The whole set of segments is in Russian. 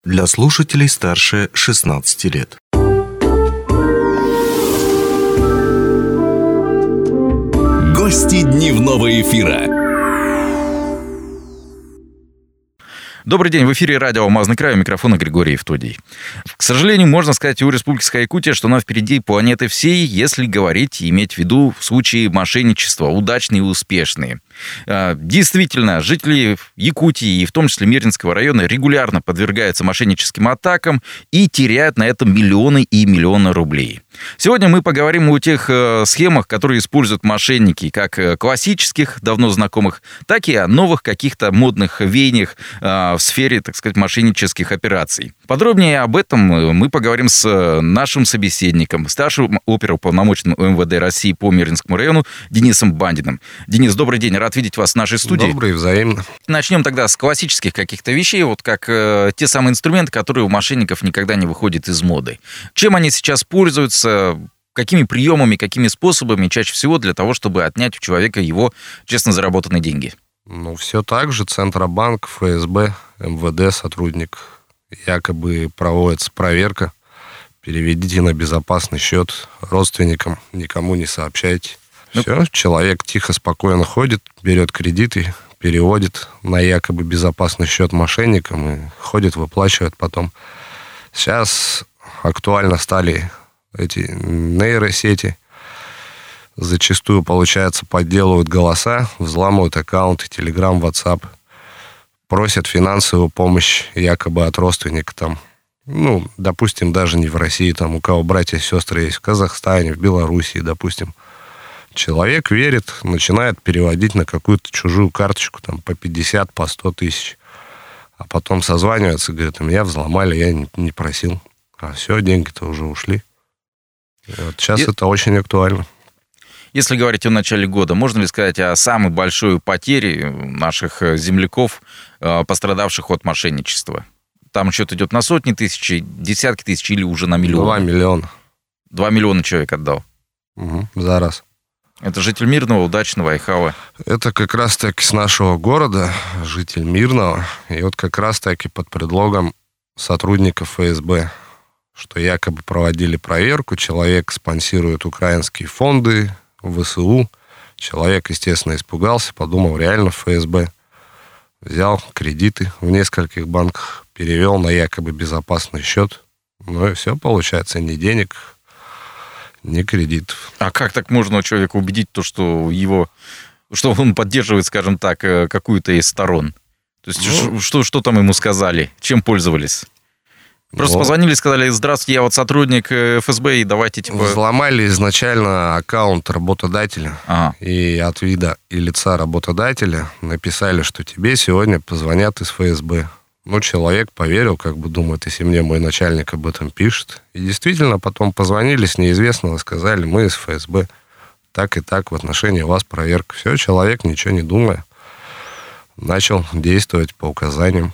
Для слушателей старше 16 лет. Гости дневного эфира. Добрый день, в эфире радио «Алмазный край», у микрофона Григорий Евтодий. К сожалению, можно сказать у Республики Якутия, что она впереди планеты всей, если говорить и иметь в виду случаи мошенничества, удачные и успешные. Действительно, жители Якутии и в том числе Мирнинского района регулярно подвергаются мошенническим атакам и теряют на этом миллионы и миллионы рублей. Сегодня мы поговорим о тех схемах, которые используют мошенники, как классических, давно знакомых, так и о новых каких-то модных веяниях в сфере, так сказать, мошеннических операций. Подробнее об этом мы поговорим с нашим собеседником, старшим оперуполномоченным МВД России по Мирнинскому району Денисом Бандиным. Денис, добрый день, рад видеть вас в нашей студии. Добрый, взаимно. Начнем тогда с классических каких-то вещей, вот как те самые инструменты, которые у мошенников никогда не выходят из моды. Чем они сейчас пользуются, какими приемами, какими способами чаще всего для того, чтобы отнять у человека его честно заработанные деньги? Все так же. Центробанк, ФСБ, МВД, сотрудник. Якобы проводится проверка. Переведите на безопасный счет родственникам, никому не сообщайте. Все, человек тихо, спокойно ходит, берет кредиты, переводит на якобы безопасный счет мошенникам и ходит, выплачивает потом. Сейчас актуально стали эти нейросети. Зачастую, получается, подделывают голоса, взламывают аккаунты Telegram, WhatsApp, просят финансовую помощь якобы от родственника там. Допустим, даже не в России, там у кого братья и сестры есть, в Казахстане, в Белоруссии, допустим. Человек верит, начинает переводить на какую-то чужую карточку там по 50, по 100 тысяч. А потом созванивается и говорит, меня взломали, я не просил. А все, деньги-то уже ушли. Вот сейчас это очень актуально. Если говорить о начале года, можно ли сказать о самой большой потере наших земляков, пострадавших от мошенничества? Там счет идет на сотни тысяч, десятки тысяч или уже на миллионы? 2 миллиона. 2 миллиона человек отдал? За раз. Это житель Мирного, Удачного, Айхала? Это как раз-таки с нашего города, житель Мирного. И вот как раз-таки под предлогом сотрудников ФСБ, что якобы проводили проверку, человек спонсирует украинские фонды, ВСУ. Человек, естественно, испугался, подумал, реально ФСБ. Взял кредиты в нескольких банках, перевел на якобы безопасный счет. И все, получается, ни денег, ни кредитов. А как так можно человека убедить, что он поддерживает, скажем так, какую-то из сторон? То есть что там ему сказали? Чем пользовались? Просто позвонили и сказали, здравствуйте, я вот сотрудник ФСБ, и давайте Взломали изначально аккаунт работодателя. И от вида и лица работодателя написали, что тебе сегодня позвонят из ФСБ. Человек поверил, думает, если мне мой начальник об этом пишет. И действительно, потом позвонили с неизвестного, сказали, мы из ФСБ. Так и так, в отношении вас проверка. Все, человек, ничего не думая, начал действовать по указаниям.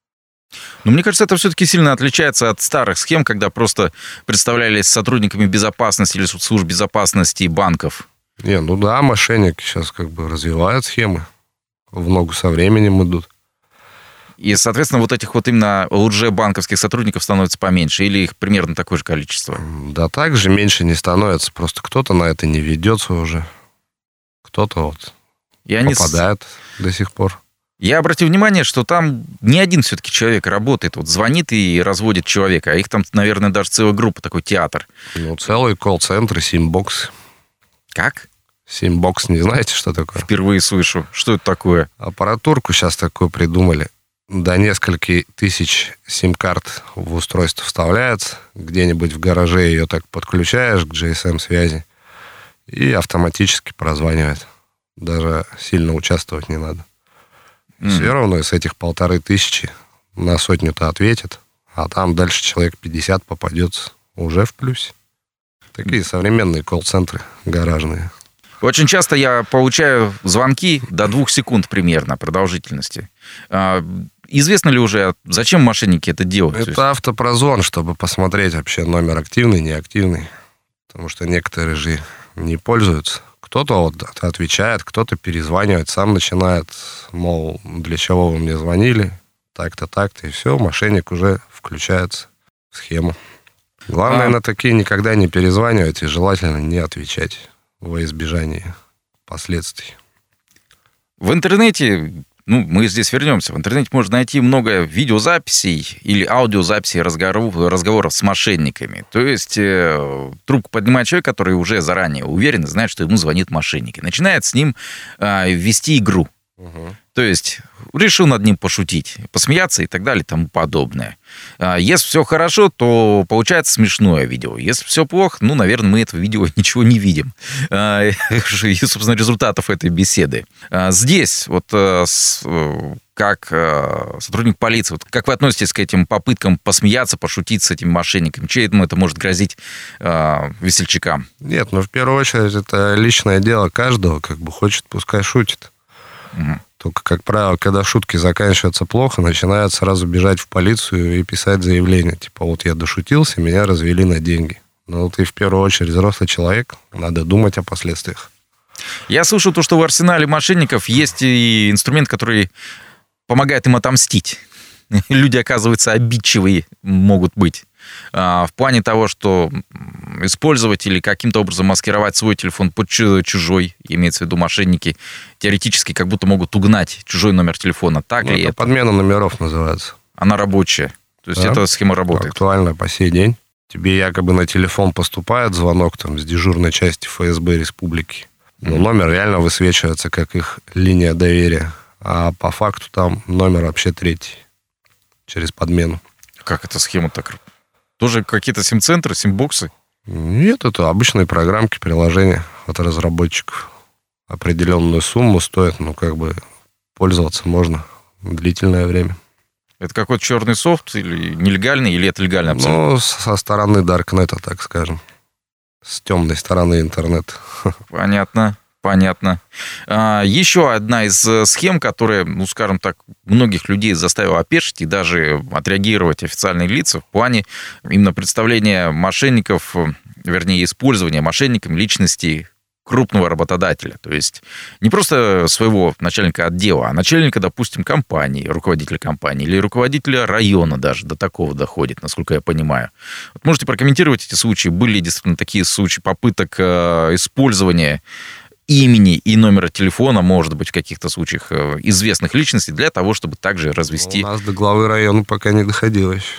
Но мне кажется, это все-таки сильно отличается от старых схем, когда просто представлялись сотрудниками безопасности или служб безопасности банков. Мошенники сейчас развивают схемы. В ногу со временем идут. И, соответственно, вот этих вот именно лжебанковских сотрудников становится поменьше? Или их примерно такое же количество? Да так же меньше не становится. Просто кто-то на это не ведется уже. Кто-то попадает до сих пор. Я обратил внимание, что там не один все-таки человек работает. Звонит и разводит человека. А их там, наверное, даже целая группа, такой театр. Целый колл-центр, Симбокс. Как? Симбокс, не знаете, что такое? Впервые слышу. Что это такое? Аппаратурку сейчас такую придумали. До нескольких тысяч сим-карт в устройство вставляется. Где-нибудь в гараже ее так подключаешь к GSM-связи. И автоматически прозванивает. Даже сильно участвовать не надо. Все равно с этих 1500 на сотню-то ответит, а там дальше человек 50 попадется уже в плюсе. Такие современные колл-центры гаражные. Очень часто я получаю звонки до 2 секунд примерно продолжительности. Известно ли уже, зачем мошенники это делают? Это автопрозвон, чтобы посмотреть вообще номер активный, неактивный. Потому что некоторые же не пользуются. Кто-то отвечает, кто-то перезванивает, сам начинает, мол, для чего вы мне звонили, так-то, и все, мошенник уже включается в схему. Главное, на такие никогда не перезванивать и желательно не отвечать во избежание последствий. В интернете, мы здесь вернемся, в интернете можно найти много видеозаписей или аудиозаписей разговоров с мошенниками. То есть трубку поднимает человек, который уже заранее уверен и знает, что ему звонит мошенник. И начинает с ним вести игру. То есть решил над ним пошутить, посмеяться и так далее и тому подобное. Если все хорошо, то получается смешное видео. Если все плохо, наверное, мы этого видео ничего не видим. И, собственно, результатов этой беседы. Здесь, как сотрудник полиции, как вы относитесь к этим попыткам посмеяться, пошутить с этими мошенниками? Чем это может грозить весельчакам? Нет, в первую очередь, это личное дело каждого. Хочет, пускай шутит. Только, как правило, когда шутки заканчиваются плохо, начинают сразу бежать в полицию и писать заявление. Я дошутился, меня развели на деньги. Но ты в первую очередь взрослый человек, надо думать о последствиях. Я слышал то, что в арсенале мошенников есть и инструмент, который помогает им отомстить. Люди, оказывается, обидчивые могут быть. В плане того, что использовать или каким-то образом маскировать свой телефон под чужой, имеется в виду мошенники, теоретически как будто могут угнать чужой номер телефона. Так ли это? Подмена номеров называется. Она рабочая. То есть эта схема работает. Актуально по сей день. Тебе якобы на телефон поступает звонок с дежурной части ФСБ республики. Но номер реально высвечивается как их линия доверия. А по факту там номер вообще третий. Через подмену. Как эта схема так? Тоже какие-то сим-центры, сим-боксы? Нет, это обычные программки, приложения от разработчиков. Определенную сумму стоит, пользоваться можно длительное время. Это какой-то черный софт или нелегальный, или это легально абсолютно? Со стороны даркнета, так скажем. С темной стороны интернета. Понятно. Еще одна из схем, которая, скажем так, многих людей заставила опешить и даже отреагировать официальные лица в плане именно представления мошенников, вернее, использования мошенниками личности крупного работодателя. То есть не просто своего начальника отдела, а начальника, допустим, компании, руководителя компании или руководителя района даже. До такого доходит, насколько я понимаю. Можете прокомментировать эти случаи? Были ли действительно такие случаи попыток использования имени и номера телефона, может быть, в каких-то случаях известных личностей, для того, чтобы также развести... У нас до главы района пока не доходило еще.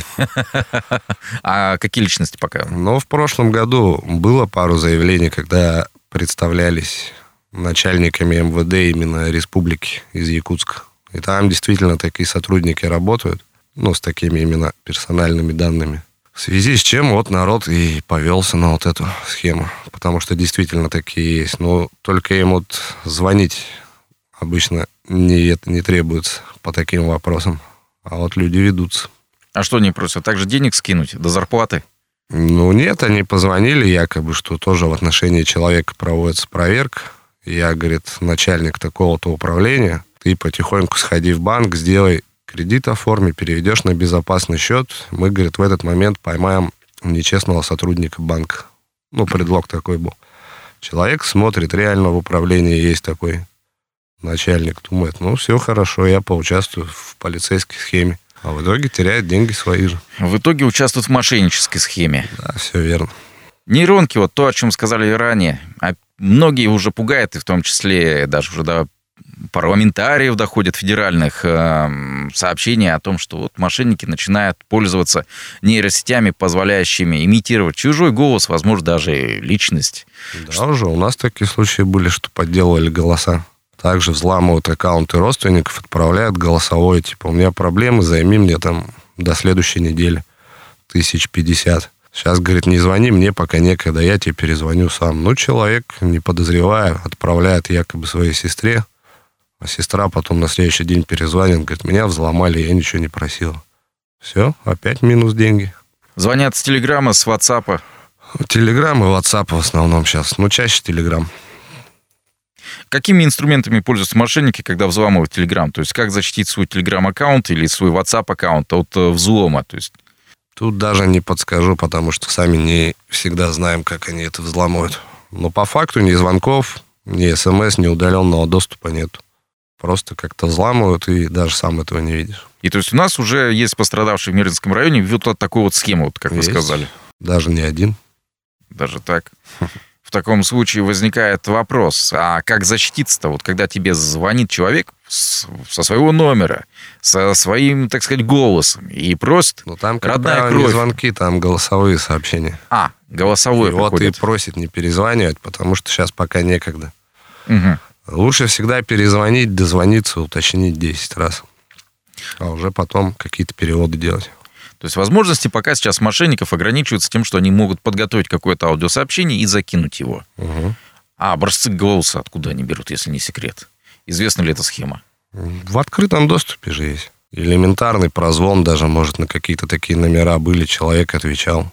А какие личности пока? В прошлом году было пару заявлений, когда представлялись начальниками МВД именно республики из Якутска. И там действительно такие сотрудники работают, с такими именно персональными данными. В связи с чем народ и повелся на эту схему. Потому что действительно такие есть. Но только им звонить обычно не требуется по таким вопросам. А люди ведутся. А что они просят? Также денег скинуть до зарплаты? Нет, они позвонили якобы, что тоже в отношении человека проводится проверка. Я, начальник такого-то управления, ты потихоньку сходи в банк, сделай кредит оформи, переведешь на безопасный счет. Мы, в этот момент поймаем нечестного сотрудника банка. Предлог такой был. Человек смотрит, реально в управлении есть такой начальник. Думает, все хорошо, я поучаствую в полицейской схеме. А в итоге теряет деньги свои же. В итоге участвует в мошеннической схеме. Да, все верно. Нейронки, то, о чем сказали ранее, многие уже пугают, и в том числе даже уже до парламентариев доходят федеральных сообщений о том, что мошенники начинают пользоваться нейросетями, позволяющими имитировать чужой голос, возможно, даже личность. Да, уже у нас такие случаи были, что подделывали голоса. Также взламывают аккаунты родственников, отправляют голосовое, у меня проблемы, займи мне до следующей недели 1050. Сейчас, не звони мне, пока некогда, я тебе перезвоню сам. Человек, не подозревая, отправляет якобы своей сестре, а сестра потом на следующий день перезвонит, меня взломали, я ничего не просил. Все, опять минус деньги. Звонят с Телеграма, с Ватсапа. Телеграм и Ватсап в основном сейчас, чаще Телеграм. Какими инструментами пользуются мошенники, когда взламывают Телеграм? То есть как защитить свой Телеграм-аккаунт или свой Ватсап-аккаунт от взлома? Тут даже не подскажу, потому что сами не всегда знаем, как они это взламывают. Но по факту ни звонков, ни СМС, ни удаленного доступа нет. Просто как-то взламывают, и даже сам этого не видишь. И то есть у нас уже есть пострадавшие в Мирнинском районе вот такой вот схемы, вот, как Есть. вы сказали. Даже не один. Даже так. В таком случае возникает вопрос, а как защититься-то? Вот когда тебе звонит человек со своего номера, со своим, так сказать, голосом и просит Но там, как родная правило, не кровь. звонки, там голосовые сообщения. Голосовой И вот и приходит. просит не перезванивать, потому что сейчас пока некогда. Мгм. Лучше всегда перезвонить, дозвониться, уточнить 10 раз. А уже потом какие-то переводы делать. То есть возможности пока сейчас мошенников ограничиваются тем, что они могут подготовить какое-то аудиосообщение и закинуть его. Угу. А образцы голоса откуда они берут, если не секрет? Известна ли эта схема? В открытом доступе же есть. Элементарный прозвон даже, может, на какие-то такие номера были, человек отвечал.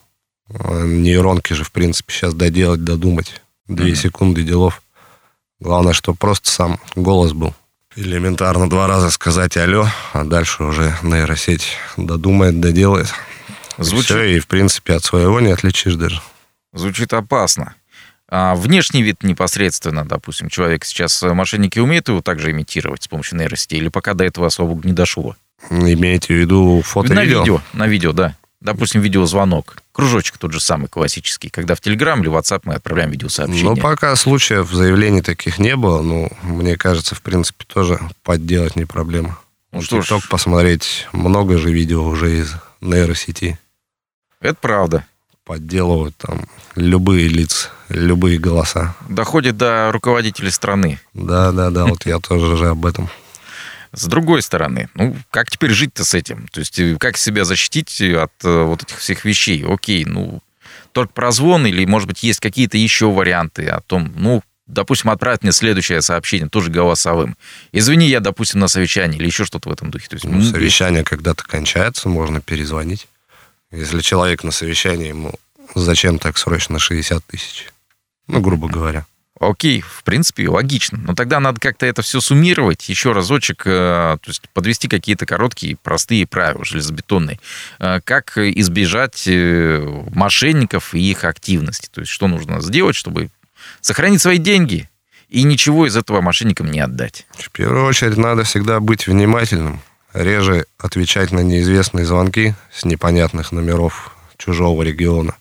Нейронки же, в принципе, сейчас доделать, додумать. 2 секунды делов. Главное, что просто сам голос был. Элементарно 2 раза сказать «алло», а дальше уже нейросеть додумает, доделает. Звучит- Все, и, в принципе, от своего не отличишь даже. Звучит опасно. А внешний вид непосредственно, допустим, человек сейчас, мошенники умеют его также имитировать с помощью нейросети, или пока до этого особо не дошло? Имеете в виду фото-видео? На видео, да. Допустим, видеозвонок. Кружочек тот же самый классический, когда в Телеграм или WhatsApp мы отправляем видеосообщение. Ну, пока случаев заявлений таких не было, ну, мне кажется, в принципе, тоже подделать не проблема. Ну, что ж. TikTok посмотреть, много же видео уже из нейросети. Это правда. Подделывают там любые лица, любые голоса. Доходит до руководителей страны. Да, вот я тоже же об этом. С другой стороны, ну, как теперь жить-то с этим? То есть, как себя защитить от вот этих всех вещей? Окей, ну, только прозвон или, может быть, есть какие-то еще варианты о том, ну, допустим, отправить мне следующее сообщение, тоже голосовым. Извини, я, допустим, на совещании или еще что-то в этом духе. То есть, Ну, совещание когда-то кончается, можно перезвонить. Если человек на совещании, ему зачем так срочно 60 тысяч? Ну, грубо говоря. Окей, в принципе, логично. Но тогда надо как-то это все суммировать, еще разочек, то есть подвести какие-то короткие, простые правила, железобетонные. Как избежать мошенников и их активности? То есть что нужно сделать, чтобы сохранить свои деньги и ничего из этого мошенникам не отдать? В первую очередь надо всегда быть внимательным. Реже отвечать на неизвестные звонки с непонятных номеров чужого региона.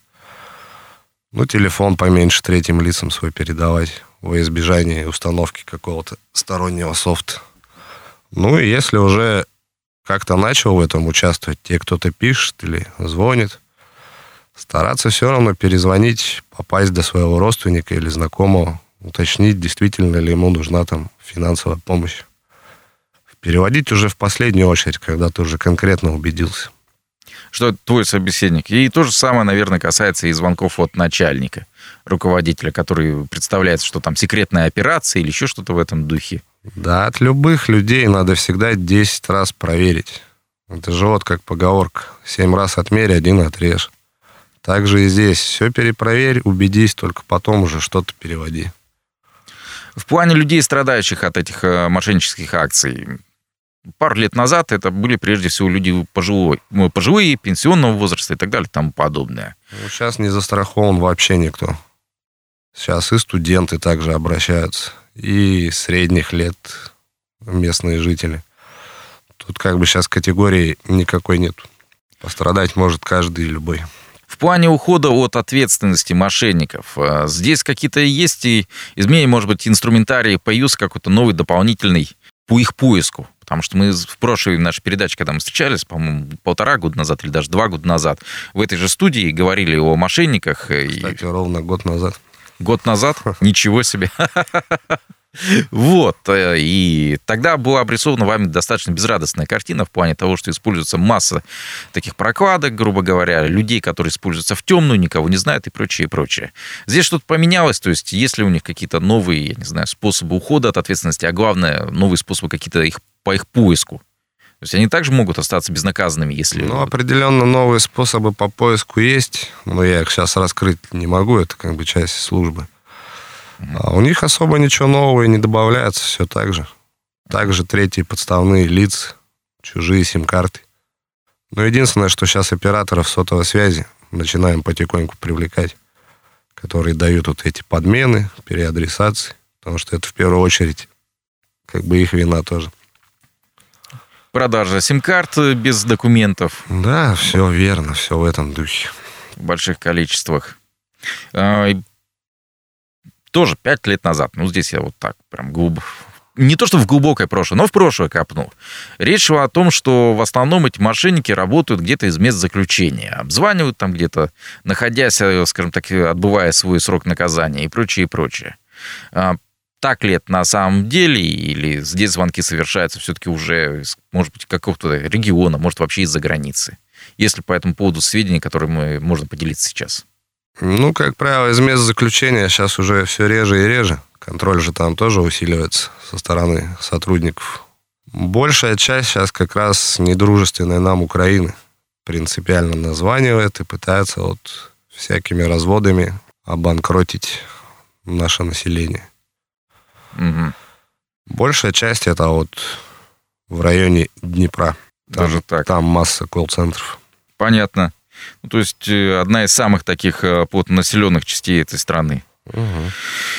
Ну, телефон поменьше третьим лицам свой передавать во избежание установки какого-то стороннего софта. Ну, и если уже как-то начал в этом участвовать, тебе кто-то пишет или звонит, стараться все равно перезвонить, попасть до своего родственника или знакомого, уточнить, действительно ли ему нужна там финансовая помощь. Переводить уже в последнюю очередь, когда ты уже конкретно убедился. Что это твой собеседник. И то же самое, наверное, касается и звонков от начальника, руководителя, который представляет, что там секретная операция или еще что-то в этом духе. Да, от любых людей надо всегда 10 раз проверить. Это же вот как поговорка. 7 раз отмерь, 1 отрежь. Так же и здесь. Все перепроверь, убедись, только потом уже что-то переводи. В плане людей, страдающих от этих мошеннических акций, пару лет назад это были прежде всего люди пожилые, пенсионного возраста и так далее, и тому подобное. Ну, сейчас не застрахован вообще никто. Сейчас и студенты также обращаются, и средних лет местные жители. Тут как бы сейчас категории никакой нет. Пострадать может каждый и любой. В плане ухода от ответственности мошенников, здесь какие-то есть и изменения, может быть, инструментарий, появился какой-то новый дополнительный по их поиску. Потому что мы в прошлой нашей передаче, когда мы встречались, по-моему, 1,5 года назад или даже 2 года назад, в этой же студии говорили о мошенниках. Кстати, ровно год назад. Год назад? Ничего себе. Вот. И тогда была обрисована вами достаточно безрадостная картина в плане того, что используется масса таких прокладок, грубо говоря, людей, которые используются в темную, никого не знают и прочее, и прочее. Здесь что-то поменялось, то есть есть ли у них какие-то новые, я не знаю, способы ухода от ответственности, а главное, новые способы какие-то по их поиску? То есть они также могут остаться безнаказанными, если... Ну, определенно новые способы по поиску есть, но я их сейчас раскрыть не могу, это как бы часть службы. А у них особо ничего нового и не добавляется, все так же. Также третьи подставные лица, чужие сим-карты. Но единственное, что сейчас операторов сотовой связи начинаем потихоньку привлекать, которые дают вот эти подмены, переадресации, потому что это в первую очередь как бы их вина тоже. Продажа сим-карт без документов. Да, все верно, все в этом духе. В больших количествах. Тоже 5 лет назад, здесь я вот так прям не то что в глубокое прошлое, но в прошлое копнул. Речь шла о том, что в основном эти мошенники работают где-то из мест заключения. Обзванивают там где-то, находясь, скажем так, отбывая свой срок наказания и прочее, и прочее. Так ли это на самом деле, или здесь звонки совершаются все-таки уже, может быть, какого-то региона, может, вообще из-за границы? Есть ли по этому поводу сведения, которыми можно поделиться сейчас? Как правило, из мест заключения сейчас уже все реже и реже. Контроль же там тоже усиливается со стороны сотрудников. Большая часть сейчас как раз недружественной нам Украины принципиально названивает и пытается всякими разводами обанкротить наше население. Угу. Большая часть это в районе Днепра. Даже так. Там масса колл-центров. Понятно. То есть одна из самых таких плотнонаселенных частей этой страны. Угу.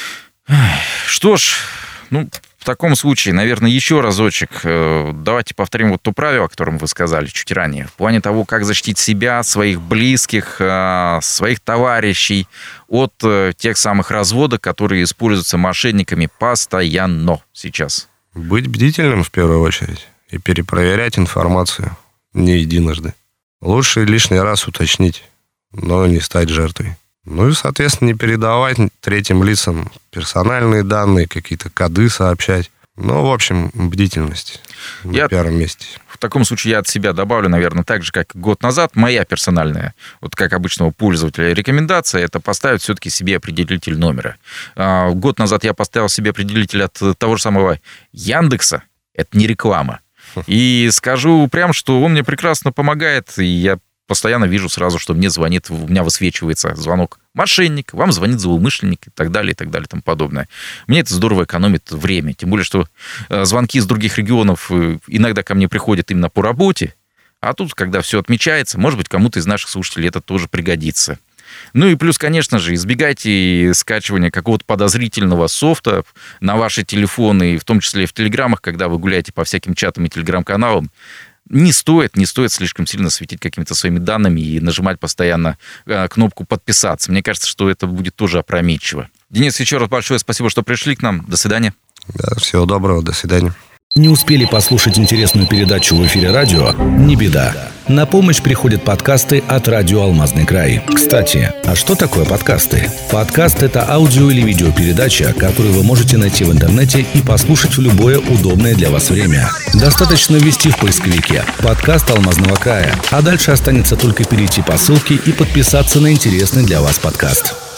Что ж, в таком случае, наверное, еще разочек давайте повторим то правило, о котором вы сказали чуть ранее, в плане того, как защитить себя, своих близких, своих товарищей от тех самых разводов, которые используются мошенниками постоянно сейчас. Быть бдительным в первую очередь и перепроверять информацию не единожды. Лучше лишний раз уточнить, но не стать жертвой. И, соответственно, не передавать третьим лицам персональные данные, какие-то коды сообщать. В общем, бдительность на первом месте. В таком случае я от себя добавлю, наверное, так же, как год назад, моя персональная, как обычного пользователя, рекомендация — это поставить все-таки себе определитель номера. Год назад я поставил себе определитель от того же самого Яндекса. Это не реклама. И скажу прям, что он мне прекрасно помогает, и я постоянно вижу сразу, что мне звонит, у меня высвечивается звонок мошенник, вам звонит злоумышленник и так далее, и тому подобное. Мне это здорово экономит время, тем более, что звонки из других регионов иногда ко мне приходят именно по работе, а тут, когда все отмечается, может быть, кому-то из наших слушателей это тоже пригодится. И плюс, конечно же, избегайте скачивания какого-то подозрительного софта на ваши телефоны, в том числе и в телеграммах, когда вы гуляете по всяким чатам и телеграм-каналам. Не стоит слишком сильно светить какими-то своими данными и нажимать постоянно кнопку «Подписаться». Мне кажется, что это будет тоже опрометчиво. Денис, еще раз большое спасибо, что пришли к нам. До свидания. Да, всего доброго, до свидания. Не успели послушать интересную передачу в эфире радио? Не беда. На помощь приходят подкасты от радио «Алмазный край». Кстати, а что такое подкасты? Подкаст — это аудио- или видеопередача, которую вы можете найти в интернете и послушать в любое удобное для вас время. Достаточно ввести в поисковике «Подкаст Алмазного края», а дальше останется только перейти по ссылке и подписаться на интересный для вас подкаст.